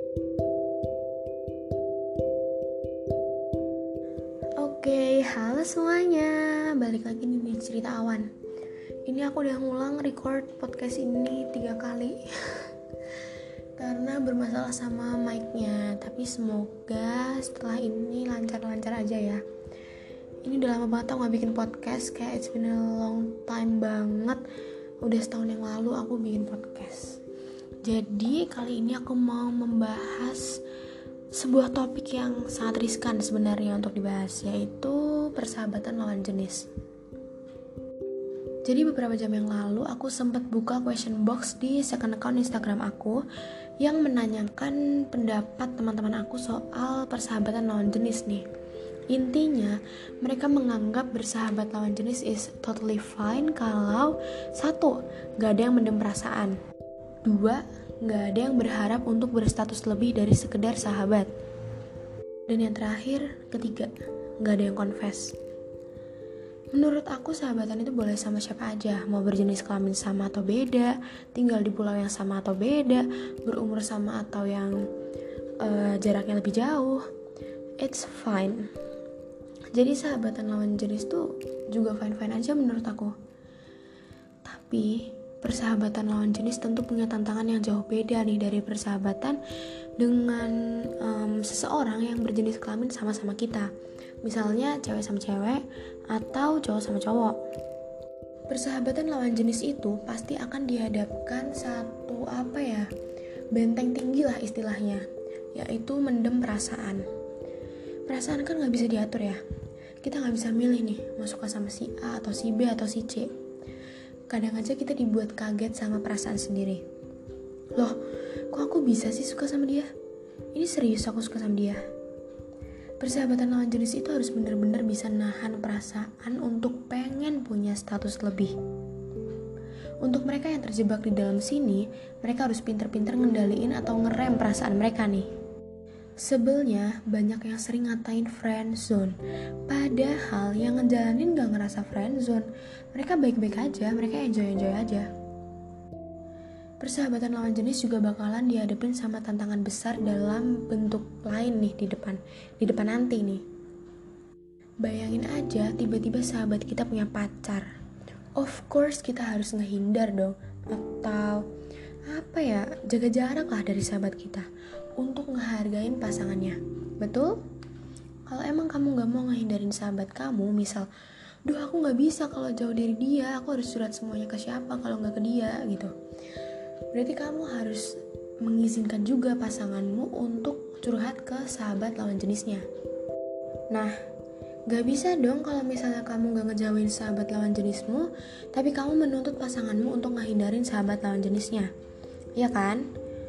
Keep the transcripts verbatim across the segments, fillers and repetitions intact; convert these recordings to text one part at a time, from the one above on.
Oke, halo semuanya. Balik lagi nih di Cerita Awan. Ini aku udah ngulang record podcast ini tiga kali karena bermasalah sama mic-nya. Tapi semoga setelah ini lancar-lancar aja ya. Ini udah lama banget aku gak bikin podcast. Kayak it's been a long time banget. Udah setahun yang lalu aku bikin podcast. Jadi kali ini aku mau membahas sebuah topik yang sangat riskan sebenarnya untuk dibahas, yaitu persahabatan lawan jenis. Jadi beberapa jam yang lalu aku sempat buka question box di second account Instagram aku yang menanyakan pendapat teman-teman aku soal persahabatan lawan jenis nih. Intinya, mereka menganggap bersahabat lawan jenis is totally fine kalau satu, gak ada yang mendem perasaan. Dua, gak ada yang berharap untuk berstatus lebih dari sekedar sahabat. Dan yang terakhir, ketiga, gak ada yang confess. Menurut aku sahabatan itu boleh sama siapa aja, mau berjenis kelamin sama atau beda, tinggal di pulau yang sama atau beda, berumur sama atau yang uh, jaraknya lebih jauh. It's fine. Jadi sahabatan lawan jenis tuh juga fine-fine aja menurut aku. Tapi persahabatan lawan jenis tentu punya tantangan yang jauh beda nih dari persahabatan dengan um, seseorang yang berjenis kelamin sama-sama kita. Misalnya cewek sama cewek atau cowok sama cowok. Persahabatan lawan jenis itu pasti akan dihadapkan satu apa ya, benteng tinggi lah istilahnya, yaitu mendem perasaan. Perasaan kan gak bisa diatur ya. Kita gak bisa milih nih mau suka sama si A atau si B atau si C. Kadang aja kita dibuat kaget sama perasaan sendiri. Loh, kok aku bisa sih suka sama dia? Ini serius aku suka sama dia. Persahabatan lawan jenis itu harus benar-benar bisa nahan perasaan untuk pengen punya status lebih. Untuk mereka yang terjebak di dalam sini, mereka harus pinter-pinter ngendaliin atau ngerem perasaan mereka nih. Sebelnya, banyak yang sering ngatain friendzone. Padahal yang ngejalanin gak ngerasa friendzone. Mereka baik-baik aja, mereka enjoy-enjoy aja. Persahabatan lawan jenis juga bakalan dihadapin sama tantangan besar dalam bentuk lain nih di depan. Di depan nanti nih. Bayangin aja tiba-tiba sahabat kita punya pacar. Of course kita harus ngehindar dong. Atau apa ya, jaga jarak lah dari sahabat kita untuk ngehargain pasangannya. Betul? Kalau emang kamu gak mau ngehindarin sahabat kamu, misal, duh aku gak bisa kalau jauh dari dia, aku harus surat semuanya ke siapa kalau gak ke dia gitu. Berarti kamu harus mengizinkan juga pasanganmu untuk curhat ke sahabat lawan jenisnya. Nah, gak bisa dong kalau misalnya kamu gak ngejauhin sahabat lawan jenismu, tapi kamu menuntut pasanganmu untuk ngehindarin sahabat lawan jenisnya. Iya kan?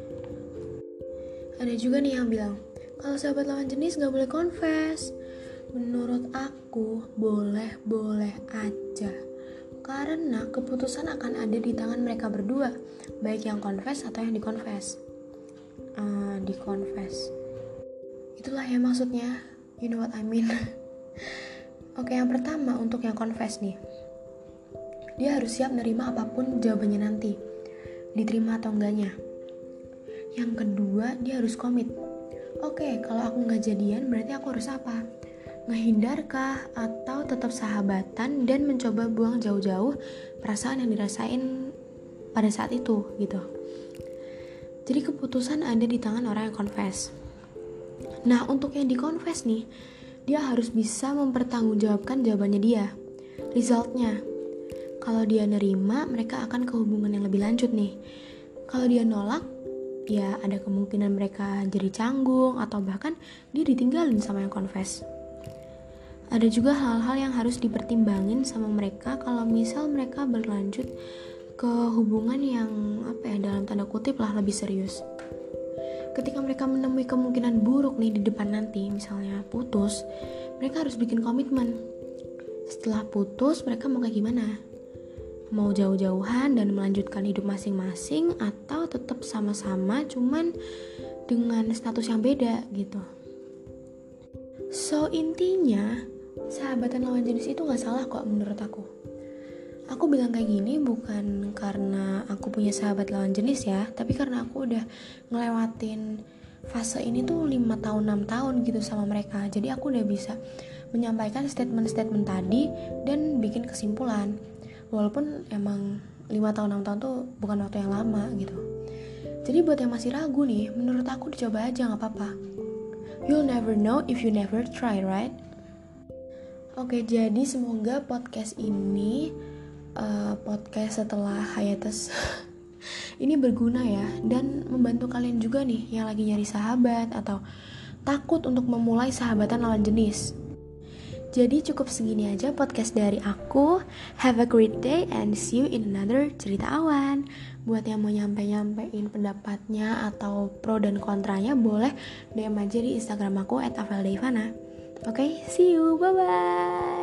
Ada juga nih yang bilang, kalau sahabat lawan jenis gak boleh confess. Menurut aku, boleh-boleh aja. Karena keputusan akan ada di tangan mereka berdua, baik yang confess atau yang dikonfess. Uh, dikonfess. Itulah ya maksudnya, you know what I mean. Oke, yang pertama untuk yang confess nih. Dia harus siap nerima apapun jawabannya nanti, diterima atau enggaknya. Yang kedua, dia harus komit. Oke, kalau aku gak jadian, berarti aku harus apa? Ngehindarkah atau tetap sahabatan dan mencoba buang jauh-jauh perasaan yang dirasain pada saat itu gitu. Jadi keputusan ada di tangan orang yang confess. Nah, untuk yang dikonfess nih, dia harus bisa mempertanggungjawabkan jawabannya dia, resultnya. Kalau dia nerima, mereka akan ke hubungan yang lebih lanjut nih. Kalau dia nolak, ya ada kemungkinan mereka jadi canggung atau bahkan dia ditinggalin sama yang confess. Ada juga hal-hal yang harus dipertimbangin sama mereka kalau misal mereka berlanjut ke hubungan yang apa ya, dalam tanda kutip lah lebih serius. Ketika mereka menemui kemungkinan buruk nih di depan nanti, misalnya putus, mereka harus bikin komitmen. Setelah putus, mereka mau kayak gimana? Mau jauh-jauhan dan melanjutkan hidup masing-masing atau tetap sama-sama cuman dengan status yang beda gitu. So intinya sahabatan lawan jenis itu gak salah kok menurut aku. Aku bilang kayak gini bukan karena aku punya sahabat lawan jenis ya, tapi karena aku udah ngelewatin fase ini tuh lima tahun enam tahun gitu sama mereka. Jadi aku udah bisa menyampaikan statement-statement tadi dan bikin kesimpulan. Walaupun emang lima tahun enam tahun tuh bukan waktu yang lama gitu. Jadi buat yang masih ragu nih, menurut aku dicoba aja, gak apa-apa. You'll never know if you never try, right? Oke, jadi semoga podcast ini uh, podcast setelah hiatus ini berguna ya, dan membantu kalian juga nih yang lagi nyari sahabat atau takut untuk memulai sahabatan lawan jenis. Jadi cukup segini aja podcast dari aku. Have a great day and see you in another cerita awan. Buat yang mau nyampe-nyampein pendapatnya atau pro dan kontranya, boleh D M aja di Instagram aku at aveldeivana. Oke, okay, see you, bye-bye.